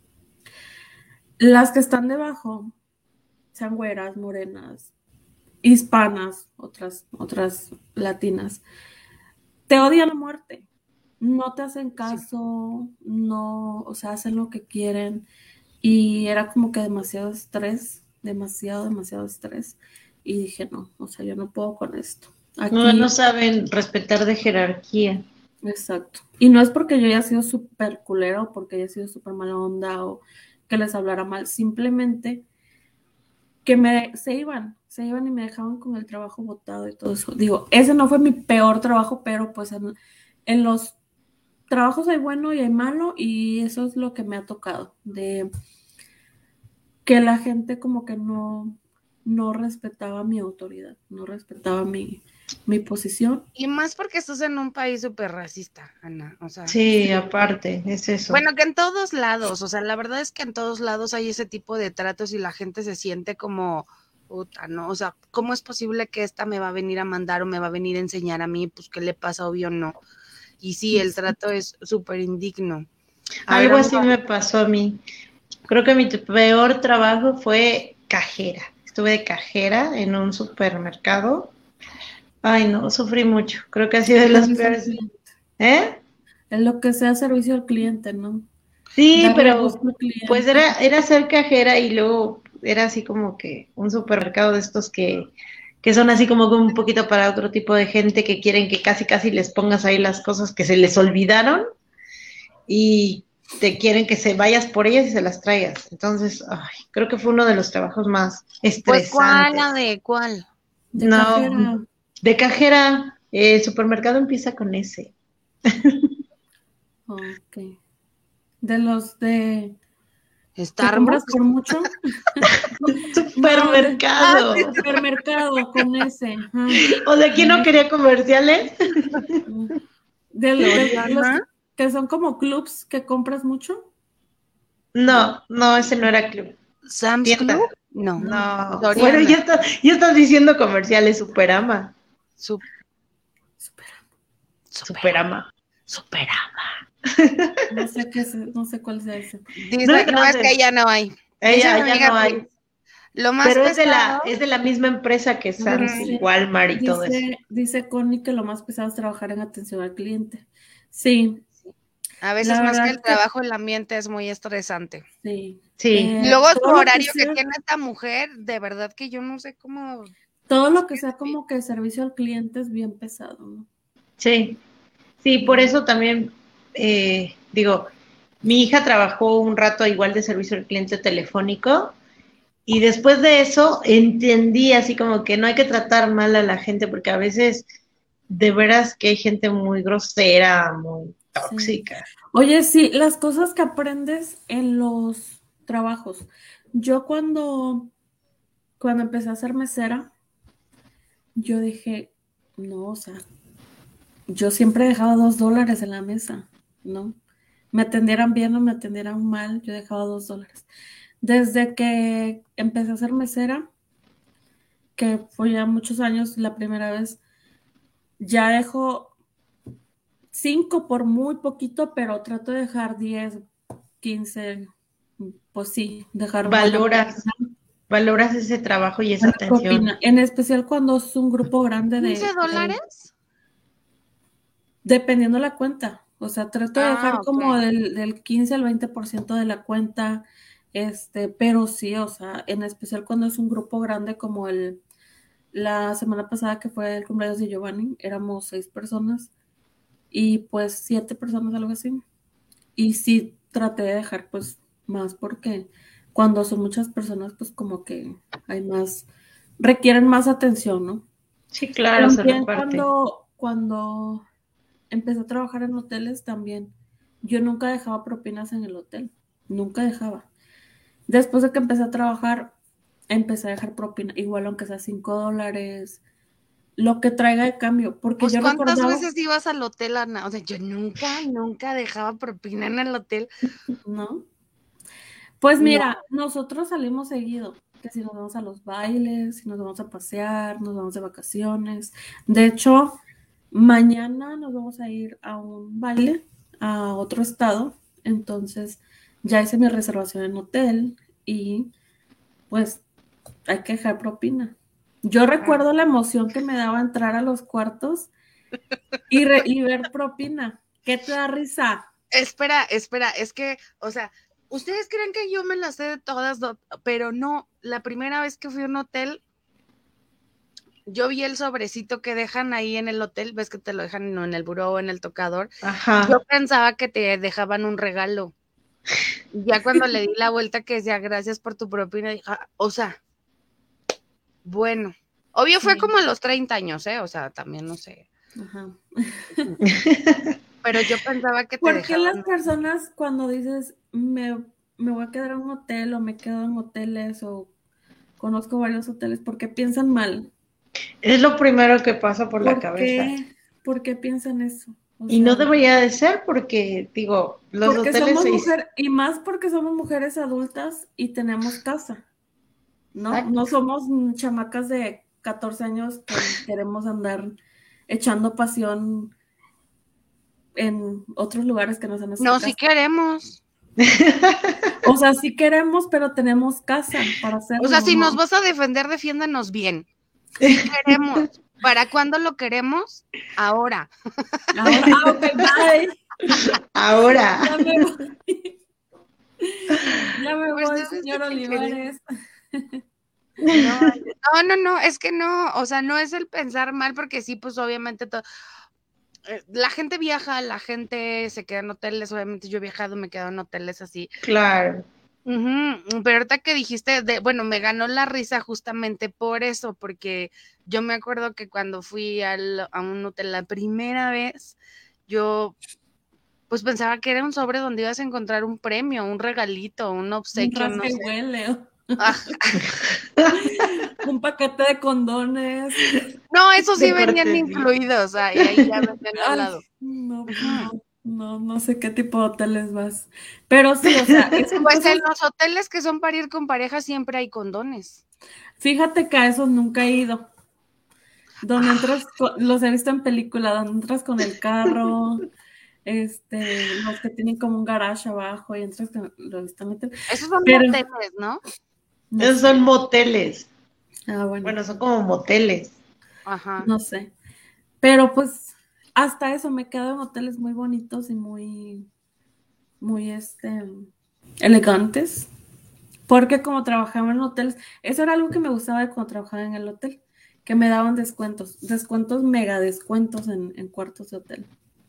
las que están debajo, sean güeras, morenas, hispanas, otras latinas, te odian a muerte. No te hacen sí. caso, no, o sea, hacen lo que quieren. Y era como que demasiado estrés, demasiado estrés. Y dije, no, o sea, yo no puedo con esto. No Aquí, saben respetar de jerarquía. exacto. Y no es porque yo haya sido súper culera o porque haya sido súper mala onda o que les hablara mal, simplemente que se se iban y me dejaban con el trabajo botado y todo eso. Digo, ese no fue mi peor trabajo, pero pues en los trabajos hay bueno y hay malo, y eso es lo que me ha tocado, de que la gente como que no respetaba mi autoridad, no respetaba mi posición. Y más porque estás en un país súper racista, Ana. O sea, Sí, aparte, es eso. bueno, que en todos lados, o sea, la verdad es que en todos lados hay ese tipo de tratos y la gente se siente como, puta, ¿no? O sea, ¿cómo es posible que esta me va a venir a mandar o me va a venir a enseñar a mí? Pues, ¿qué le pasa? Obvio no. Y sí, el trato es súper indigno. Algo así me pasó a mí. Creo que mi peor trabajo fue cajera. Estuve de cajera en un supermercado. Ay, no, sufrí mucho. Creo que ha sido de los peores. ¿Eh? En lo que sea servicio al cliente, ¿no? Sí, Darle pero gusto al cliente. pues era ser cajera y luego era así como que un supermercado de estos que son así como un poquito para otro tipo de gente que quieren que casi les pongas ahí las cosas que se les olvidaron y te quieren que se vayas por ellas y se las traigas. Entonces, ay, creo que fue uno de los trabajos más Pues, estresantes. ¿cuál? ¿De cuál? De No, cajera. de cajera. El supermercado empieza con S. Ok. De los de que Starbucks. compras por mucho. Supermercado. No, de supermercado con ese. Ajá. O sea, ¿quién no quería comerciales? De los Soriana. que son como clubs que compras mucho. No, ese no era club. ¿Sam's Tienda. Club? No. No. Soriana. Bueno, ya estás diciendo comerciales, Superama. Superama. No sé qué es, no sé cuál sea ese. Dice, no, es que ya no hay. Ella Dice mi ya no amiga, hay. Lo más Pero pesado, es de la misma empresa que Sam's y Walmart y todo eso. Dice Connie que lo más pesado es trabajar en atención al cliente. Sí. a veces La más que verdad el trabajo, el ambiente es muy estresante. Sí. Sí. Luego su todo lo horario que sea- tiene esta mujer, de verdad que yo no sé cómo. Todo lo que sea como que servicio al cliente es bien pesado, ¿no? Sí. Sí, por eso también, digo, mi hija trabajó un rato igual de servicio al cliente telefónico y después de eso entendí así como que no hay que tratar mal a la gente porque a veces de veras que hay gente muy grosera, muy tóxica. Sí. Oye, sí, las cosas que aprendes en los trabajos. Yo cuando empecé a ser mesera, yo dije, no, o sea, yo siempre dejaba $2 en la mesa, ¿no? Me atendieran bien o me atendieran mal, yo dejaba $2. Desde que empecé a ser mesera, que fue ya muchos años, la primera vez, ya dejo 5 por muy poquito, pero trato de dejar 10, 15, pues sí, dejar Valoras ese trabajo y esa buena atención. propina, en especial cuando es un grupo grande de $15. Dependiendo la cuenta. O sea, trato de dejar ok. como del 15 al 20% de la cuenta, pero sí, o sea, en especial cuando es un grupo grande como la semana pasada que fue el cumpleaños de Giovanni, éramos 6 personas y pues 7 personas, algo así. Y sí traté de dejar pues más porque cuando son muchas personas pues como que requieren más atención, ¿no? Sí, claro, se También reparte. cuando empecé a trabajar en hoteles también, yo nunca dejaba propinas en el hotel, nunca dejaba. Después de que empecé a trabajar, empecé a dejar propina, igual aunque sea $5, lo que traiga de cambio, porque Pues, yo ¿cuántas recordaba, veces ibas al hotel, Ana? O sea, yo nunca dejaba propina en el hotel. ¿no? Pues No. mira, nosotros salimos seguido, que si nos vamos a los bailes, si nos vamos a pasear, nos vamos de vacaciones. De hecho, mañana nos vamos a ir a un baile a otro estado, entonces ya hice mi reservación en hotel y pues hay que dejar propina. Yo recuerdo la emoción que me daba entrar a los cuartos y ver propina. ¿Qué te da risa? Espera, es que, o sea, ustedes creen que yo me las sé de todas, pero no, la primera vez que fui a un hotel, yo vi el sobrecito que dejan ahí en el hotel, ves que te lo dejan en el buró o en el tocador. Ajá. Yo pensaba que te dejaban un regalo. Ya cuando le di la vuelta que decía gracias por tu propina, dije, o sea, Bueno, obvio fue Sí. como a los 30 años, o sea, también no sé. Ajá. Pero yo pensaba que te ¿Por qué las dejaban. personas cuando dices me voy a quedar en un hotel o me quedo en hoteles o conozco varios hoteles, por qué piensan mal? Es lo primero que pasa por la ¿Por cabeza. qué? ¿Por qué piensan eso? O Y no sea, debería de ser porque, digo, los porque hoteles somos se... mujeres, y más porque somos mujeres adultas y tenemos casa, ¿no? No Exacto. somos chamacas de 14 años que queremos andar echando pasión en otros lugares que no sean nuestra No, si casa. queremos. O sea, sí queremos, pero tenemos casa para O sea, hacerlo, si nos ¿no? vas a defender, defiéndanos bien. Si queremos. ¿Para cuándo lo queremos? Ahora. Ahora, ok, bye. Ahora. Ya me voy. Ya me Pues voy, sabes de señor qué queremos. Olivares. No, es que no, o sea, no es el pensar mal, porque sí, pues obviamente la gente viaja, la gente se queda en hoteles, obviamente yo he viajado, me he quedado en hoteles así. Claro. Pero ahorita que dijiste, bueno, me ganó la risa justamente por eso, porque yo me acuerdo que cuando fui a un hotel la primera vez, yo pues pensaba que era un sobre donde ibas a encontrar un premio, un regalito, un Un obsequio, no rasca y sé. huele. Ah, Un paquete de condones. no, esos sí De venían cortesía. incluidos, y ahí ya venían al Ay, lado. no, pues Ujú. no sé qué tipo de hoteles vas. Pero sí, o sea, son Pues en cosas. los hoteles que son para ir con pareja siempre hay condones. Fíjate que a esos nunca he ido. Donde Ah, entras, los he visto en película, donde entras con el carro, los que tienen como un garage abajo y entras con, lo he visto meter. esos son Pero, moteles, ¿no? no Esos sé. son moteles. Ah, bueno, Bueno, son como moteles. Ajá. no sé. Pero pues, hasta eso me quedo en hoteles muy bonitos y muy, elegantes. Porque como trabajaba en hoteles, eso era algo que me gustaba de cuando trabajaba en el hotel, que me daban descuentos, mega descuentos en cuartos de hotel.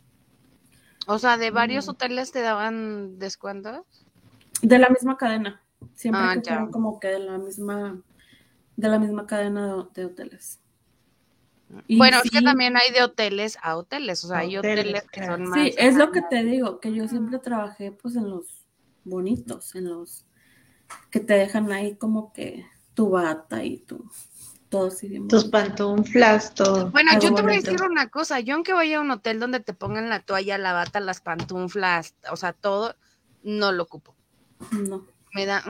O sea, de varios hoteles te daban descuentos. De la misma cadena, siempre Ah, que ya. fueran como que de la misma cadena de hoteles. Y Bueno, es que sí, también hay de hoteles a hoteles, o sea, hay hoteles Hoteles, que claro. son sí, más, es ajá, lo que te digo, que yo siempre trabajé pues en los bonitos, en los que te dejan ahí como que tu bata y todo así bien Tus bonito. pantuflas, todo. Bueno, Todo yo te voy a bonito. decir una cosa, yo aunque vaya a un hotel donde te pongan la toalla, la bata, las pantuflas, o sea, todo, no lo ocupo. No. Me da...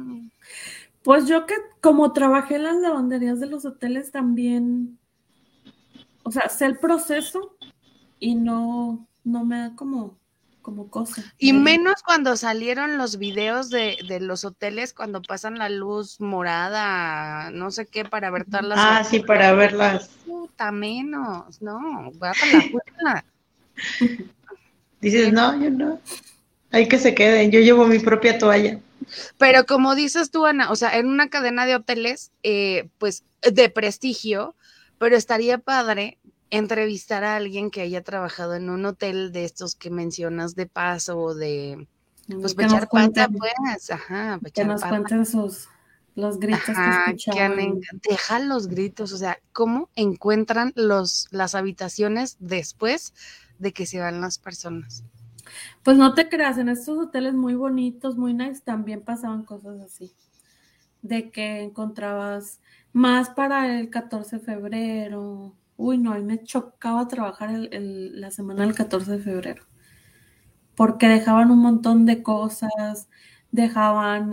Pues yo que como trabajé en las lavanderías de los hoteles también, o sea, sé el proceso y no me da como cosa. Y menos cuando salieron los videos de los hoteles cuando pasan la luz morada, no sé qué, para ver todas las Ah, sí, facturas. para verlas. Puta, menos, no, bájala, júrala. Dices, Sí. no, yo no. Hay que se queden. Yo llevo mi propia toalla. Pero como dices tú, Ana, o sea, en una cadena de hoteles, pues de prestigio, pero estaría padre entrevistar a alguien que haya trabajado en un hotel de estos que mencionas de paso o de, pues para Que nos echar pata, cuenten, pues, ajá, para que echar nos pata. cuenten los gritos que Ajá, escuchaban. deja los gritos, o sea, ¿cómo encuentran las habitaciones después de que se van las personas? Pues no te creas, en estos hoteles muy bonitos, muy nice, también pasaban cosas así, de que encontrabas más para el 14 de febrero. Uy, no, a mí me chocaba trabajar la semana del 14 de febrero, porque dejaban un montón de cosas, dejaban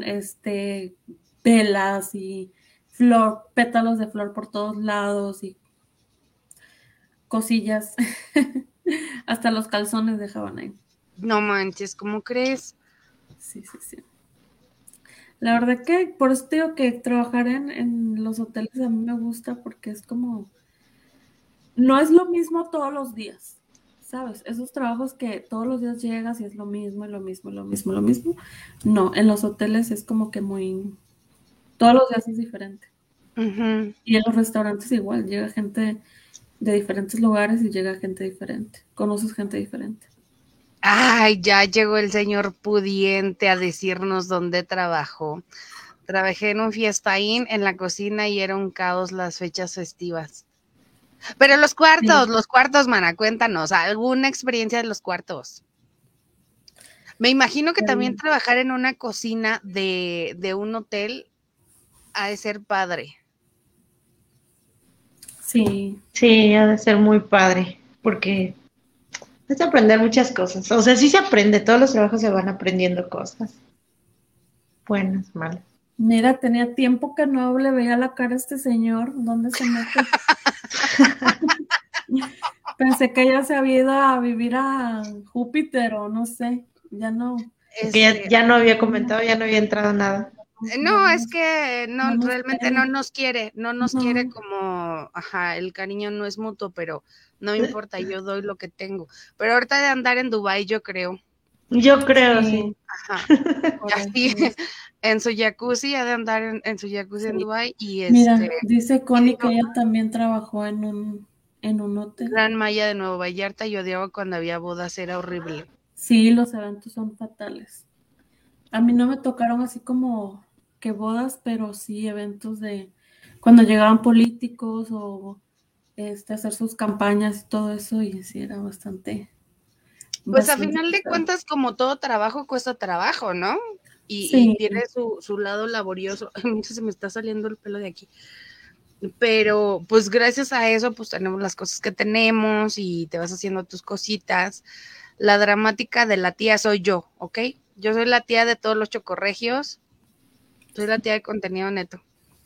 velas y pétalos de flor por todos lados y cosillas. Hasta los calzones dejaban ahí. No manches, ¿cómo crees? Sí, sí, sí. La verdad que por eso te digo que trabajar en los hoteles a mí me gusta porque es como, no es lo mismo todos los días, ¿sabes? Esos trabajos que todos los días llegas y es lo mismo, y lo mismo, y lo mismo, y lo mismo. No, en los hoteles es como que todos los días es diferente. Ujú. Y en los restaurantes igual, llega gente de diferentes lugares y llega gente diferente, conoces gente diferente. Ay, ya llegó el señor pudiente a decirnos dónde trabajó. Trabajé en un fiestaín en la cocina y era un caos las fechas festivas. Pero los cuartos, mana, cuéntanos, ¿alguna experiencia de los cuartos? Me imagino que también trabajar en una cocina de un hotel ha de ser padre. Sí. Sí, ha de ser muy padre, porque es aprender muchas cosas. O sea, sí se aprende, todos los trabajos se van aprendiendo cosas. Buenas, malas. Mira, tenía tiempo que no le veía la cara a este señor. ¿Dónde se mete? Pensé que ella se había ido a vivir a Júpiter o no sé. Ya no. Que ya no había comentado, ya no había entrado nada. No, es que no, no nos realmente quiere. no nos quiere, no nos quiere como, el cariño no es mutuo, pero no me importa, yo doy lo que tengo. Pero ahorita de andar en Dubái, yo creo. Yo creo, sí. Ajá. Así, en su jacuzzi, ha de andar en su jacuzzi en Dubái y Mira, dice Connie que ella también trabajó en un hotel. Gran Maya de Nueva Vallarta y odiaba cuando había bodas, era horrible. Sí, los eventos son fatales. A mí no me tocaron así como que bodas, pero sí eventos de cuando llegaban políticos o hacer sus campañas y todo eso, y sí era bastante. Pues a final de cuentas, como todo trabajo cuesta trabajo, ¿no? Y tiene su lado laborioso. Se me está saliendo el pelo de aquí. Pero pues gracias a eso pues tenemos las cosas que tenemos y te vas haciendo tus cositas. La dramática de la tía soy yo, ¿ok? Yo soy la tía de todos los chocorregios. Soy la tía de contenido neto.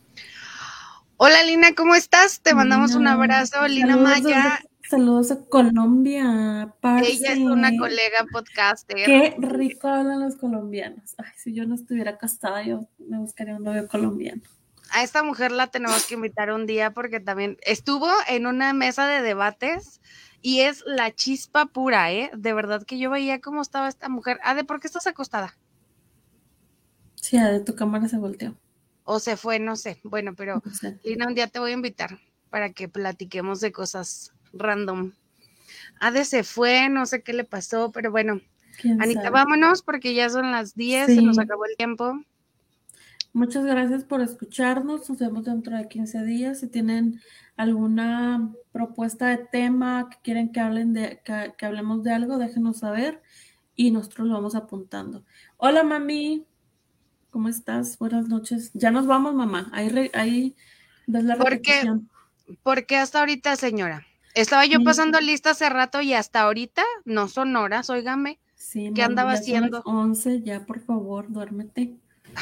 Hola Lina, ¿cómo estás? Te mandamos un abrazo, Lina Maya. Saludos a Colombia, parce. Ella es una colega podcaster. Qué rico hablan los colombianos. Ay, si yo no estuviera casada, yo me buscaría un novio colombiano. A esta mujer la tenemos que invitar un día porque también estuvo en una mesa de debates y es la chispa pura, ¿eh? De verdad que yo veía cómo estaba esta mujer. ¿De por qué estás acostada? Sí, de tu cámara se volteó. O se fue, no sé. Bueno, pero no sé. Lina, un día te voy a invitar para que platiquemos de cosas random. Se fue, no sé qué le pasó, pero bueno. Anita, sabe? Vámonos porque ya son las 10, se nos acabó el tiempo. Muchas gracias por escucharnos. Nos vemos dentro de 15 días. Si tienen alguna propuesta de tema que quieren que hablemos de algo, déjenos saber y nosotros lo vamos apuntando. Hola, mami. ¿Cómo estás? Buenas noches. Ya nos vamos, mamá. Ahí ves la repetición. ¿Por qué hasta ahorita, señora? Estaba yo pasando lista hace rato y hasta ahorita no son horas, óigame. Sí, ¿qué andaba haciendo? Son las 11, ya por favor, duérmete.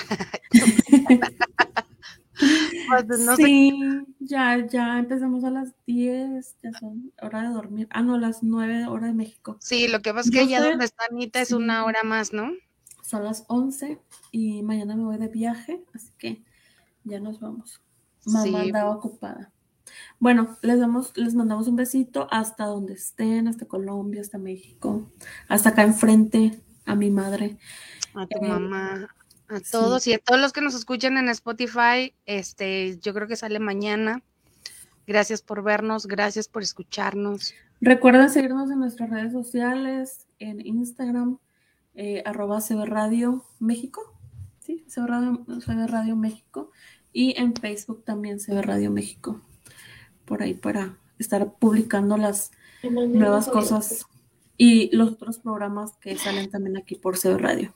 Pues no sí, sé. ya empezamos a las 10, ya son hora de dormir. No, las 9 hora de México. Sí, lo que pasa es que allá donde está Anita es una hora más, ¿no? Son las 11 y mañana me voy de viaje, así que ya nos vamos. Mamá andaba ocupada. Bueno, les mandamos un besito hasta donde estén, hasta Colombia, hasta México, hasta acá enfrente, a mi madre. A tu mamá, a todos y a todos los que nos escuchan en Spotify, yo creo que sale mañana. Gracias por vernos, gracias por escucharnos. Recuerden seguirnos en nuestras redes sociales, en Instagram, @CBRadio México, sí, CB Radio México, y en Facebook también CB Radio México, por ahí para estar publicando las nuevas cosas y los otros programas que salen también aquí por CB Radio.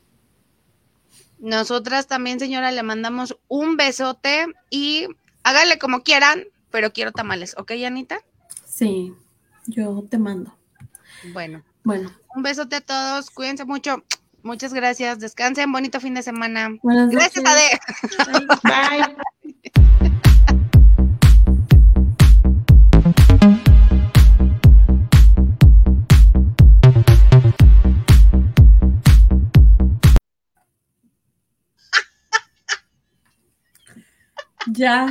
Nosotras también, señora, le mandamos un besote y háganle como quieran, pero quiero tamales, ¿ok, Anita? Sí, yo te mando. Bueno. Un besote a todos, cuídense mucho. Muchas gracias, descansen, bonito fin de semana. Buenas noches. Gracias, Ade. Bye. Ya.